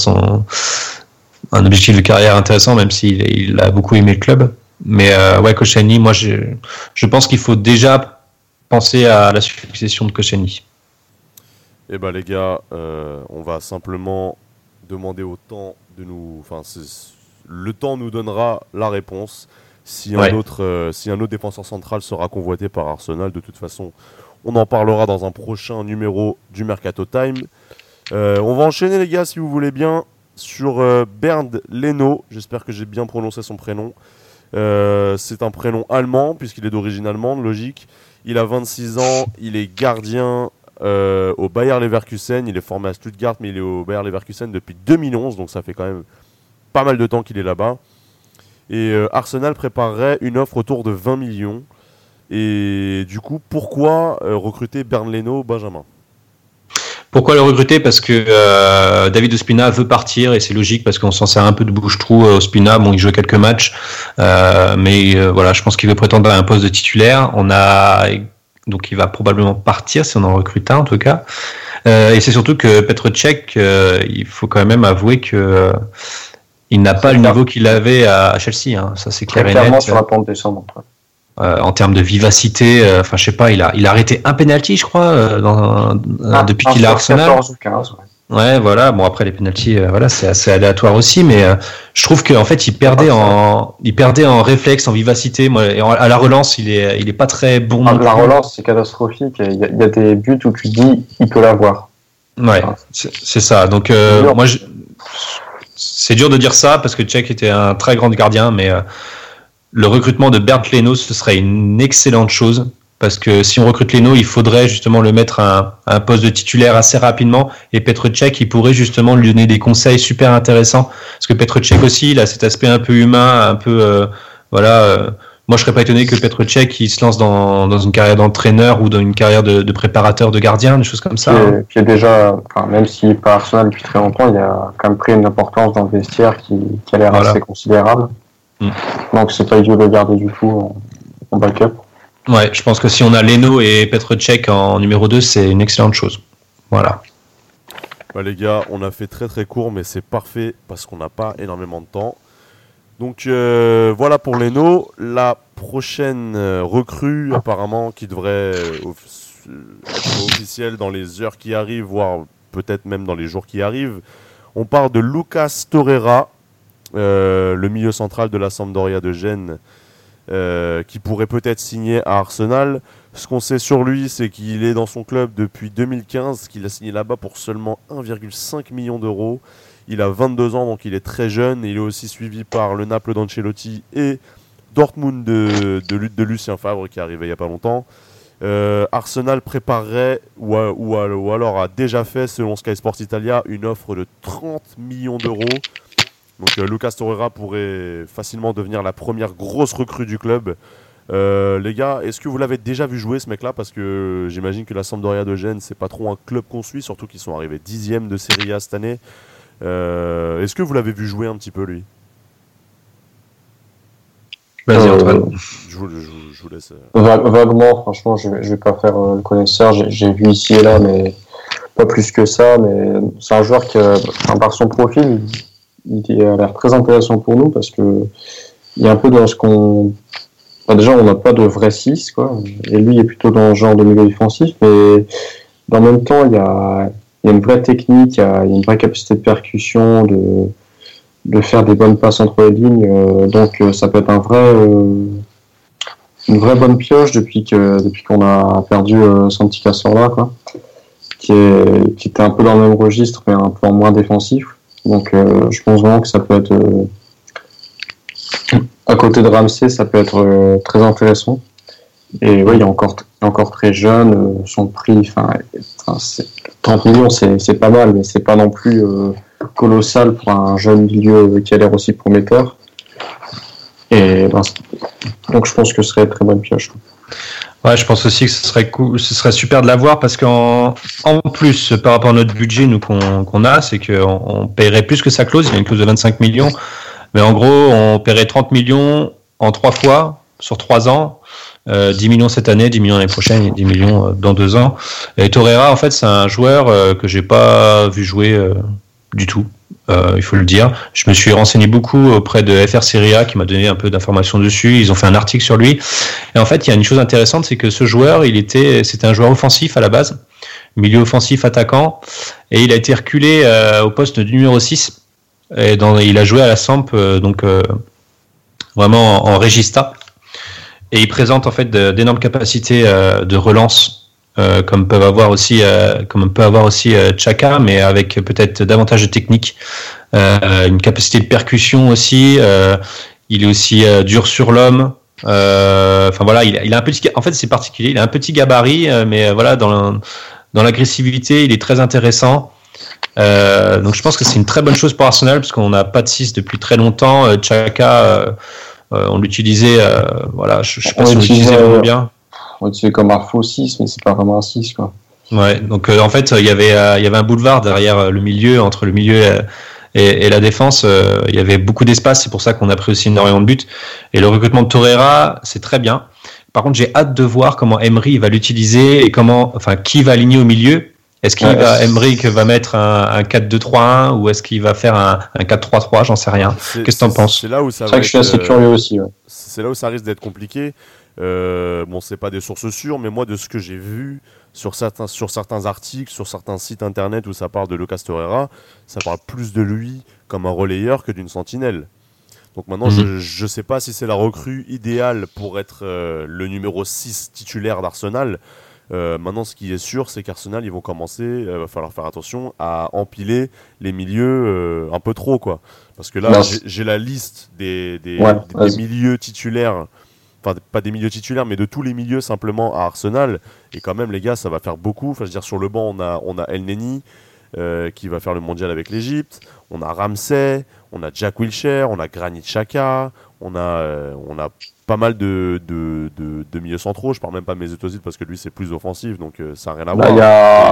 un objectif de carrière intéressant, même s'il a beaucoup aimé le club. Mais ouais, Koscielny, moi, je pense qu'il faut déjà penser à la succession de Koscielny. Eh ben les gars, on va simplement demander au temps de nous... Enfin, le temps nous donnera la réponse. Si un autre défenseur central sera convoité par Arsenal, de toute façon, on en parlera dans un prochain numéro du Mercato Time. On va enchaîner les gars, si vous voulez bien, sur Bernd Leno. J'espère que j'ai bien prononcé son prénom. C'est un prénom allemand, puisqu'il est d'origine allemande, logique. Il a 26 ans, il est gardien au Bayer Leverkusen. Il est formé à Stuttgart, mais il est au Bayer Leverkusen depuis 2011, donc ça fait quand même pas mal de temps qu'il est là-bas. Et Arsenal préparerait une offre autour de 20 millions. Et du coup, pourquoi recruter Bernd Leno, Benjamin ? Pourquoi le recruter ? Parce que David Ospina veut partir et c'est logique parce qu'on s'en sert un peu de bouche-trou. Ospina, bon, il joue quelques matchs, mais voilà, je pense qu'il veut prétendre à un poste de titulaire. Donc il va probablement partir si on en recrute un en tout cas. Et c'est surtout que Petr Cech, il faut quand même avouer que il n'a pas le niveau qu'il avait à Chelsea. Hein. Ça c'est clair et net. Clairement sur la pente descendante. En termes de vivacité, enfin je sais pas, il a arrêté un penalty, je crois, depuis qu'il est à Arsenal. 14 ou 15, ouais, voilà. Bon après les penalties, voilà, c'est assez aléatoire aussi, mais je trouve qu'en fait il perdait en réflexe, en vivacité. Moi, à la relance, il est pas très bon. La relance, c'est catastrophique. Il y a des buts où tu dis, il peut l'avoir. Ouais, c'est ça. Donc moi, c'est dur de dire ça parce que Cech était un très grand gardien, mais le recrutement de Bernd Leno, ce serait une excellente chose. Parce que si on recrute Leno, il faudrait justement le mettre à un poste de titulaire assez rapidement. Et Petr Cech, il pourrait justement lui donner des conseils super intéressants. Parce que Petr Cech aussi, il a cet aspect un peu humain, un peu... moi, je serais pas étonné que Petr Cech il se lance dans une carrière d'entraîneur ou dans une carrière de préparateur de gardien, des choses comme ça. Qui est déjà, même s'il n'est pas Arsenal depuis très longtemps, il a quand même pris une importance dans le vestiaire qui a l'air assez considérable. Donc, c'est pas idiot de le garder du coup en backup. Ouais, je pense que si on a Leno et Petr Cech en numéro 2, c'est une excellente chose. Voilà. Bah les gars, on a fait très très court, mais c'est parfait parce qu'on n'a pas énormément de temps. Donc voilà pour Leno. La prochaine recrue, apparemment, qui devrait être officielle dans les heures qui arrivent, voire peut-être même dans les jours qui arrivent. On parle de Lucas Torreira, le milieu central de la Sampdoria de Gênes, qui pourrait peut-être signer à Arsenal. Ce qu'on sait sur lui, c'est qu'il est dans son club depuis 2015, qu'il a signé là-bas pour seulement 1,5 million d'euros. Il a 22 ans, donc il est très jeune. Et il est aussi suivi par le Naples d'Ancelotti et Dortmund de Lucien Favre, qui est arrivé il n'y a pas longtemps. Arsenal préparerait, ou alors a déjà fait, selon Sky Sports Italia, une offre de 30 millions d'euros. Donc Lucas Torreira pourrait facilement devenir la première grosse recrue du club. Les gars, est-ce que vous l'avez déjà vu jouer ce mec-là? Parce que j'imagine que la Sampdoria de Gênes, c'est pas trop un club qu'on suit, surtout qu'ils sont arrivés 10e de Serie A cette année. Est-ce que vous l'avez vu jouer un petit peu, lui? Vas-y, Antoine. Je vous laisse. Vaguement, franchement, je vais pas faire le connaisseur. J'ai vu ici et là, mais pas plus que ça. Mais c'est un joueur qui, par son profil, il a l'air très intéressant pour nous parce que il y a un peu dans ce qu'on. Enfin, déjà, on n'a pas de vrai 6, quoi. Et lui, il est plutôt dans le genre de milieu défensif, mais en même temps, il y a une vraie technique, il y a une vraie capacité de percussion, de faire des bonnes passes entre les lignes. Donc, ça peut être une vraie bonne pioche depuis qu'on a perdu Santi Cazorla, quoi, qui était un peu dans le même registre, mais un peu moins défensif. Donc, je pense vraiment que ça peut être à côté de Ramsey, ça peut être très intéressant. Et oui, il est encore très jeune. Son prix, 30 millions, c'est pas mal, mais c'est pas non plus colossal pour un jeune milieu qui a l'air aussi prometteur. Et donc, je pense que ce serait une très bonne pioche. Ouais, je pense aussi que ce serait cool, ce serait super de l'avoir parce qu'en plus, par rapport à notre budget nous qu'on a, c'est qu'on paierait plus que sa clause. Il y a une clause de 25 millions. Mais en gros, on paierait 30 millions en 3 fois, sur 3 ans, 10 millions cette année, 10 millions l'année prochaine et 10 millions dans 2 ans. Et Torreira, en fait, c'est un joueur que j'ai pas vu jouer du tout, il faut le dire. Je me suis renseigné beaucoup auprès de FR Serie A qui m'a donné un peu d'informations dessus. Ils ont fait un article sur lui. Et en fait, il y a une chose intéressante, c'est que ce joueur, c'était un joueur offensif à la base, milieu offensif attaquant, et il a été reculé au poste de numéro 6. Et il a joué à la Samp, vraiment en Regista. Et il présente en fait d'énormes capacités de relance, comme peut avoir aussi Xhaka, mais avec peut-être davantage de technique, une capacité de percussion aussi. Il est aussi dur sur l'homme. Enfin voilà, il a un petit. En fait, c'est particulier. Il a un petit gabarit, mais voilà, dans l'agressivité, il est très intéressant. Donc je pense que c'est une très bonne chose pour Arsenal parce qu'on n'a pas de 6 depuis très longtemps. Xhaka, on l'utilisait, voilà, je sais pas si on l'utilisait vraiment bien. On l'utilisait comme un faux 6, mais c'est pas vraiment un 6, quoi. Ouais, donc en fait il y avait un boulevard derrière le milieu, entre le milieu et la défense. Il y avait beaucoup d'espace, c'est pour ça qu'on a pris aussi énormément de buts. Et le recrutement de Torreira, c'est très bien. Par contre, j'ai hâte de voir comment Emery va l'utiliser et qui va aligner au milieu. Est-ce Emery va mettre un 4-2-3-1 ou est-ce qu'il va faire un 4-3-3? J'en sais rien. Qu'est-ce que t'en penses? C'est là où ça c'est vrai que je suis assez curieux aussi. Ouais. C'est là où ça risque d'être compliqué. Bon, c'est pas des sources sûres, mais moi, de ce que j'ai vu sur certains articles, sur certains sites internet où ça parle de Lucas Torreira, ça parle plus de lui comme un relayeur que d'une sentinelle. Donc maintenant, je sais pas si c'est la recrue idéale pour être le numéro 6 titulaire d'Arsenal. Maintenant, ce qui est sûr, c'est qu'Arsenal, ils vont commencer, va falloir faire attention à empiler les milieux un peu trop, quoi. Parce que là, j'ai la liste des milieux titulaires, enfin pas des milieux titulaires, mais de tous les milieux simplement à Arsenal. Et quand même, les gars, ça va faire beaucoup. Enfin, je veux dire, sur le banc, on a El Neni qui va faire le mondial avec l'Égypte. On a Ramsey, on a Jack Wilshere, on a Granit Xhaka, on a pas mal de milieux centraux. Je parle même pas de Mesut Özil parce que lui c'est plus offensif, donc ça n'a rien à voir. Il y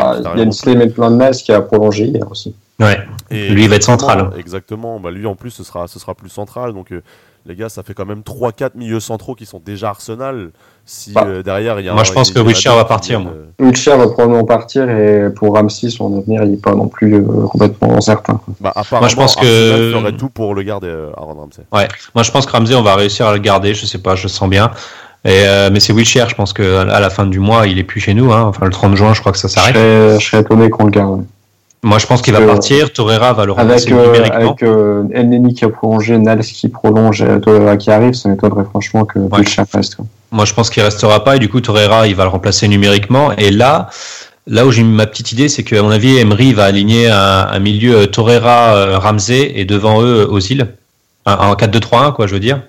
a une Slimane Plannes qui a prolongé hier aussi. Ouais. Et lui il va être central. Exactement. Bah, lui en plus ce sera plus central. Donc les gars, ça fait quand même 3-4 milieux centraux qui sont déjà Arsenal. Si derrière il y a. Moi je pense que Wilshere va partir. Wilshere va probablement partir et pour Ramsey son avenir il n'est pas non plus complètement certain. Bah, apparemment, moi je pense Arsenal ferait tout pour le garder, Aaron Ramsey. Ouais. Moi je pense que Ramsey on va réussir à le garder. Je sais pas, je le sens bien. Mais c'est Wilshere, je pense qu'à la fin du mois il est plus chez nous. Hein. Enfin le 30 juin je crois que ça s'arrête. Je serais étonné qu'on le garde. Ouais. Moi, je pense qu'il va partir. Torreira va le remplacer numériquement. Avec El Neni qui a prolongé, Nals qui prolonge, Torreira qui arrive, ça m'étonnerait franchement que Wilshere reste. Moi, je pense qu'il restera pas et du coup, Torreira, il va le remplacer numériquement. Et là où j'ai ma petite idée, c'est qu'à mon avis, Emery va aligner un milieu Torreira, Ramsey et devant eux Özil, en 4-2-3-1, quoi, je veux dire.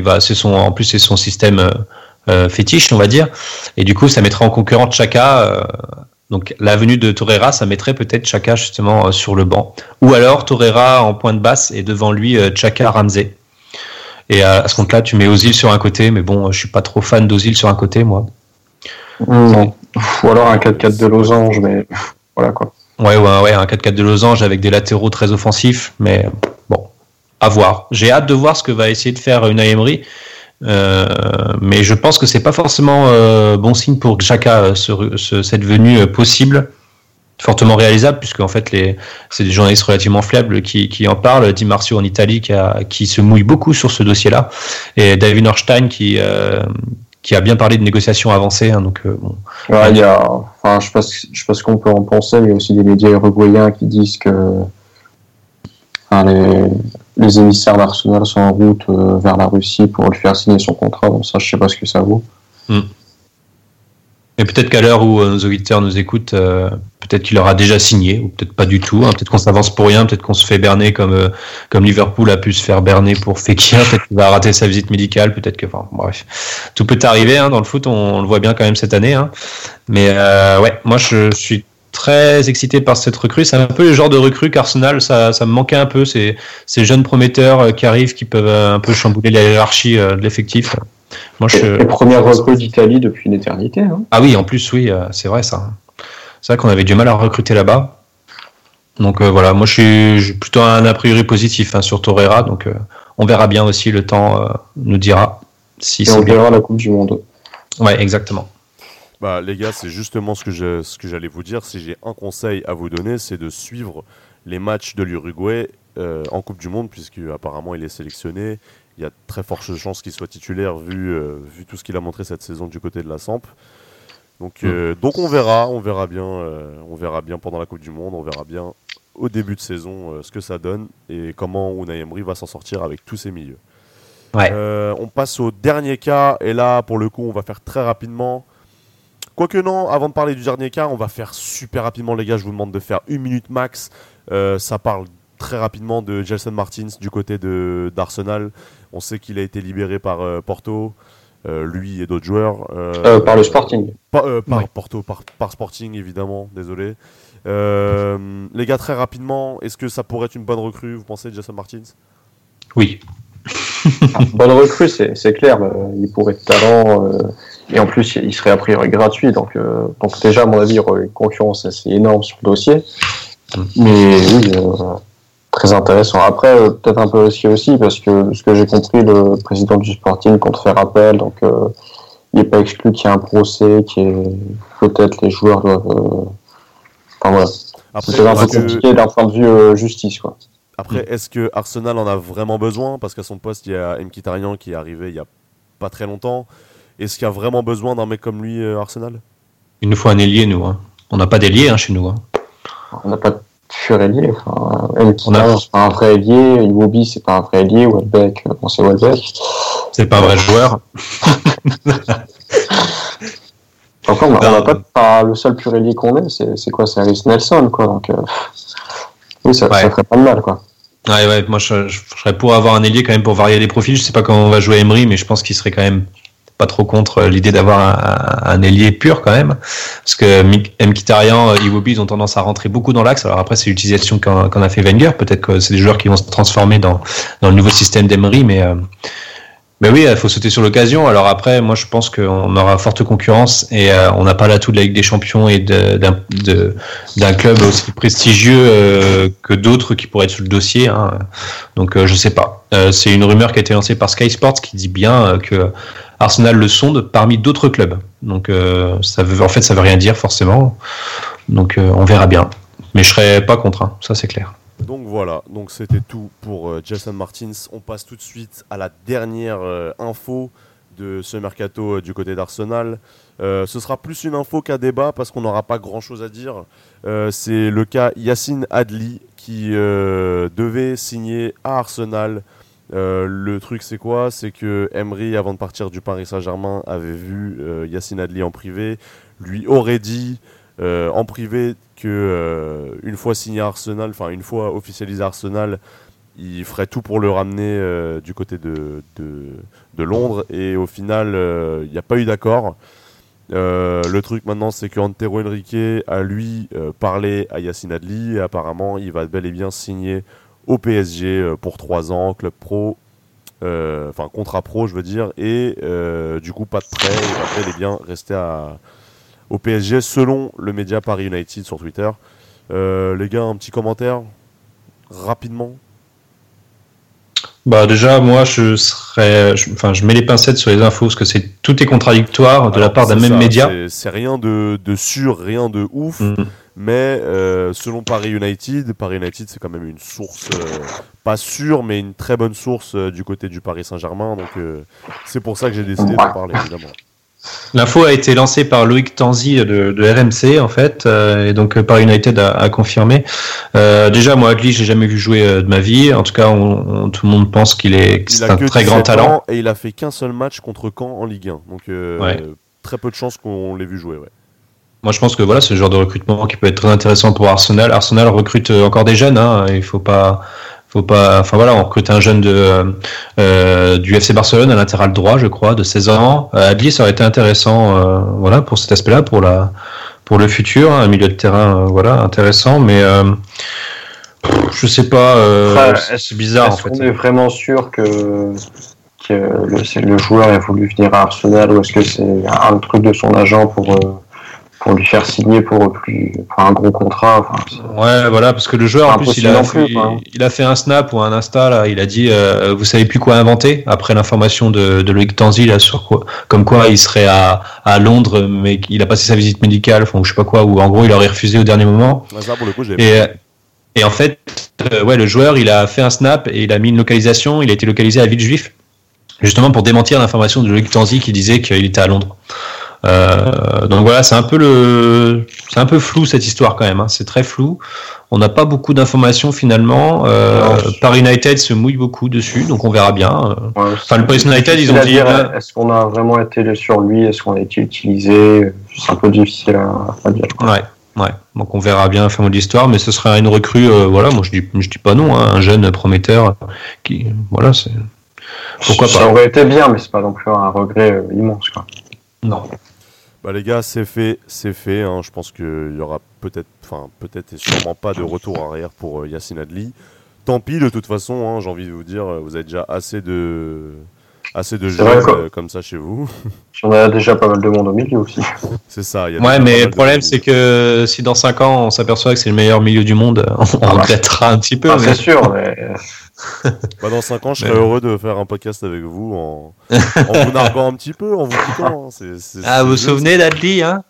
En plus, c'est son système fétiche, on va dire. Et du coup, ça mettrait en concurrent Xhaka. Donc la venue de Torreira, ça mettrait peut-être Xhaka justement sur le banc. Ou alors Torreira en pointe basse et devant lui Xhaka, Ramsey. Et à ce compte-là, tu mets Ozil sur un côté, mais bon, je suis pas trop fan d'Ozil sur un côté, moi. Non. Ou alors un 4-4 de losange, mais voilà quoi. Ouais, un 4-4 de losange avec des latéraux très offensifs, mais bon, à voir. J'ai hâte de voir ce que va essayer de faire Unai Emery, mais je pense que c'est pas forcément bon signe pour Xhaka cette venue possible, fortement réalisable, puisque en fait c'est des journalistes relativement faibles qui en parlent. Di Marzio en Italie qui se mouille beaucoup sur ce dossier-là, et David Ornstein qui a bien parlé de négociations avancées, hein, donc bon. Ouais, je sais pas ce qu'on peut en penser. Il y a aussi des médias uruguayens qui disent que les émissaires d'Arsenal sont en route vers la Russie pour lui faire signer son contrat. Bon, ça, je sais pas ce que ça vaut. Et peut-être qu'à l'heure où nos auditeurs nous écoutent, peut-être qu'il aura déjà signé, ou peut-être pas du tout. Hein, peut-être qu'on s'avance pour rien, peut-être qu'on se fait berner comme Liverpool a pu se faire berner pour Fekir, peut-être qu'il va rater sa visite médicale, peut-être que, enfin, bref, tout peut arriver. Hein, dans le foot, on le voit bien quand même cette année. Hein. Mais ouais, moi je suis très excité par cette recrue. C'est un peu le genre de recrue qu'Arsenal, ça me manquait un peu. Ces jeunes prometteurs qui arrivent, qui peuvent un peu chambouler la hiérarchie de l'effectif. Moi, les premières recrues d'Italie depuis une éternité. Hein. Ah oui, en plus, oui, c'est vrai ça. C'est vrai qu'on avait du mal à recruter là-bas. Donc voilà, moi j'ai plutôt un a priori positif sur Torreira. Donc on verra bien aussi, le temps nous dira si c'est on bien. verra la Coupe du Monde. Ouais, exactement. Bah les gars, c'est justement ce que j'allais vous dire. Si j'ai un conseil à vous donner, c'est de suivre les matchs de l'Uruguay en Coupe du Monde, puisque apparemment il est sélectionné. Il y a de très fortes chances qu'il soit titulaire vu tout ce qu'il a montré cette saison du côté de la Samp. Donc on verra bien pendant la Coupe du Monde, on verra bien au début de saison ce que ça donne et comment Unai Emery va s'en sortir avec tous ses milieux. Ouais. On passe au dernier cas et là pour le coup on va faire très rapidement. Quoique non, avant de parler du dernier cas, on va faire super rapidement les gars, je vous demande de faire 1 minute max. Ça parle très rapidement de Gelson Martins du côté d'Arsenal. On sait qu'il a été libéré par Porto, lui et d'autres joueurs. Par le Sporting. Par Porto, par Sporting évidemment, désolé. Les gars, très rapidement, est-ce que ça pourrait être une bonne recrue, vous pensez, Gelson Martins ? Oui. Bonne recrue, c'est clair. Il pourrait être talent et en plus il serait a priori gratuit. Donc déjà, à mon avis, il y aurait une concurrence assez énorme sur le dossier. Mais oui, très intéressant. Après, peut-être un peu risqué aussi parce que ce que j'ai compris, le président du Sporting compte faire appel. Donc il n'est pas exclu qu'il y ait un procès, peut-être les joueurs doivent. Enfin voilà. Après, c'est un peu compliqué d'un point de vue justice, quoi. Après, est-ce que Arsenal en a vraiment besoin ? Parce qu'à son poste, il y a Mkhitaryan qui est arrivé il y a pas très longtemps. Est-ce qu'il y a vraiment besoin d'un mec comme lui, Arsenal ? Il nous faut un ailier, nous. Hein. On n'a pas d'ailier chez nous. Hein. On n'a pas de pur ailier. Mkhitaryan, c'est pas un vrai ailier. Iwobi, c'est pas un vrai ailier. Welbeck, c'est Welbeck. C'est pas un vrai joueur. Encore, on n'a pas le seul pur ailier qu'on ait. C'est quoi ? C'est Harris Nelson, quoi. Donc, oui, ça ferait pas de mal, quoi. Ouais, moi je serais pour avoir un ailier quand même pour varier les profils. Je sais pas comment on va jouer Emery, mais je pense qu'il serait quand même pas trop contre l'idée d'avoir un ailier pur quand même, parce que Mkhitaryan, Iwobi, ils ont tendance à rentrer beaucoup dans l'axe. Alors après, c'est l'utilisation qu'en a fait Wenger. Peut-être que c'est des joueurs qui vont se transformer dans le nouveau système d'Emery, mais oui, il faut sauter sur l'occasion. Alors après, moi je pense qu'on aura forte concurrence et on n'a pas l'atout de la Ligue des Champions et d'un club aussi prestigieux que d'autres qui pourraient être sur le dossier. Hein. Donc je sais pas. C'est une rumeur qui a été lancée par Sky Sports qui dit bien que Arsenal le sonde parmi d'autres clubs. Donc ça veut rien dire forcément. Donc on verra bien. Mais je serais pas contre. Hein. Ça c'est clair. Donc voilà, donc c'était tout pour Gelson Martins. On passe tout de suite à la dernière info de ce mercato du côté d'Arsenal. Ce sera plus une info qu'un débat parce qu'on n'aura pas grand chose à dire. C'est le cas Yacine Adli qui devait signer à Arsenal. Le truc c'est quoi ? C'est que Emery, avant de partir du Paris Saint-Germain, avait vu Yacine Adli en privé, lui aurait dit en privé que une fois signé à Arsenal, enfin une fois officialisé à Arsenal, il ferait tout pour le ramener du côté de Londres, et au final il n'y a pas eu d'accord. Le truc maintenant c'est que Antero Henrique a lui parlé à Yacine Adli et apparemment il va bel et bien signer au PSG pour 3 ans, club pro, enfin contrat pro je veux dire, et du coup pas de prêt, il va bel et bien rester au PSG selon le média Paris United sur Twitter. Les gars, un petit commentaire rapidement. Bah déjà moi je mets les pincettes sur les infos parce que tout est contradictoire de la part d'un même média. C'est rien de sûr, rien de ouf, mais selon Paris United c'est quand même une source pas sûre mais une très bonne source du côté du Paris Saint-Germain, donc c'est pour ça que j'ai décidé d'en parler évidemment. L'info a été lancée par Loïc Tanzi de RMC en fait, et donc Paris United a confirmé. Déjà moi Adli j'ai jamais vu jouer de ma vie. En tout cas tout le monde pense que c'est un très grand talent. Et il a fait qu'un seul match contre Caen en Ligue 1, donc très peu de chances qu'on l'ait vu jouer. Ouais. Moi je pense que voilà c'est le genre de recrutement qui peut être très intéressant pour Arsenal. Arsenal recrute encore des jeunes, hein. Il faut pas. Enfin voilà, on recrute un jeune du FC Barcelone à latéral droit, je crois, de 16 ans. Adli, ça aurait été intéressant, voilà, pour cet aspect-là, pour le futur, un milieu de terrain, voilà, intéressant, mais je sais pas, c'est bizarre en fait. Est-ce qu'on est vraiment sûr que le joueur a voulu venir à Arsenal, ou est-ce que c'est un truc de son agent pour lui faire signer pour un gros contrat? Ouais, voilà, parce que le joueur, en plus, il a fait un snap ou un Insta, là, il a dit, vous savez plus quoi inventer, après l'information de Loïc Tanzi, là, comme quoi il serait à Londres, mais qu'il a passé sa visite médicale, enfin, je sais pas quoi, ou en gros, il aurait refusé au dernier moment. Ça, pour le coup, et en fait, le joueur, il a fait un snap et il a mis une localisation, il a été localisé à Villejuif, justement pour démentir l'information de Loïc Tanzi qui disait qu'il était à Londres. Donc voilà, c'est un peu flou cette histoire quand même, hein. C'est très flou. On n'a pas beaucoup d'informations finalement. Paris United se mouille beaucoup dessus, donc on verra bien. Enfin, le Paris United, ils ont dit. Est-ce qu'on a vraiment été sur lui? Est-ce qu'on a été utilisé? C'est un peu difficile à dire. Ouais. Donc on verra bien la fin de l'histoire, mais ce sera une recrue. Voilà, moi je dis pas non, hein, un jeune prometteur qui, voilà, c'est. Pourquoi pas? Ça aurait été bien, mais c'est pas non plus un regret immense, quoi. Non. Bah les gars, c'est fait. Hein. Je pense qu'il y aura peut-être et sûrement pas de retour arrière pour Yacine Adli. Tant pis, de toute façon, hein, j'ai envie de vous dire, vous avez déjà assez de jeunes comme ça chez vous. On a déjà pas mal de monde au milieu aussi. C'est ça. Ouais, mais le problème, c'est que si dans 5 ans, on s'aperçoit que c'est le meilleur milieu du monde, on regrettera un petit peu. C'est sûr, mais... dans 5 ans, je serais heureux de faire un podcast avec vous en vous narguant un petit peu, en vous piquant. Vous vous souvenez d'Adli, hein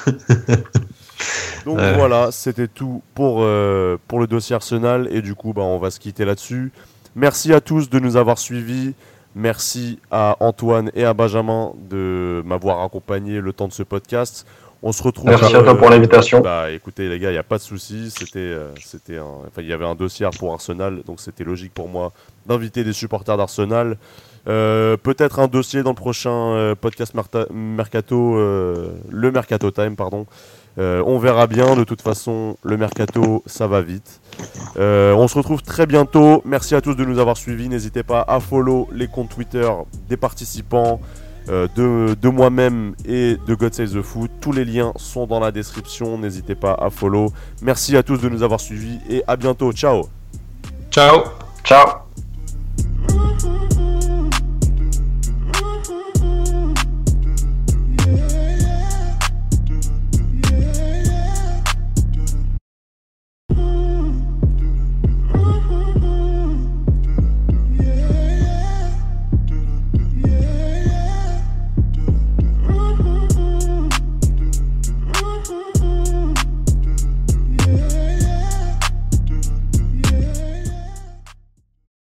Donc voilà, c'était tout pour le dossier Arsenal, et du coup, on va se quitter là-dessus. Merci à tous de nous avoir suivis. Merci à Antoine et à Benjamin de m'avoir accompagné le temps de ce podcast. On se retrouve. Merci à toi pour l'invitation. Écoutez les gars, il n'y a pas de souci. Il y avait un dossier pour Arsenal, donc c'était logique pour moi d'inviter des supporters d'Arsenal. Peut-être un dossier dans le prochain podcast Mercato, le Mercato Time, pardon. On verra bien. De toute façon, le Mercato, ça va vite. On se retrouve très bientôt. Merci à tous de nous avoir suivis. N'hésitez pas à follow les comptes Twitter des participants, de moi-même et de God Save the Foot. Tous les liens sont dans la description. N'hésitez pas à follow. Merci à tous de nous avoir suivis et à bientôt. Ciao. Ciao. Ciao.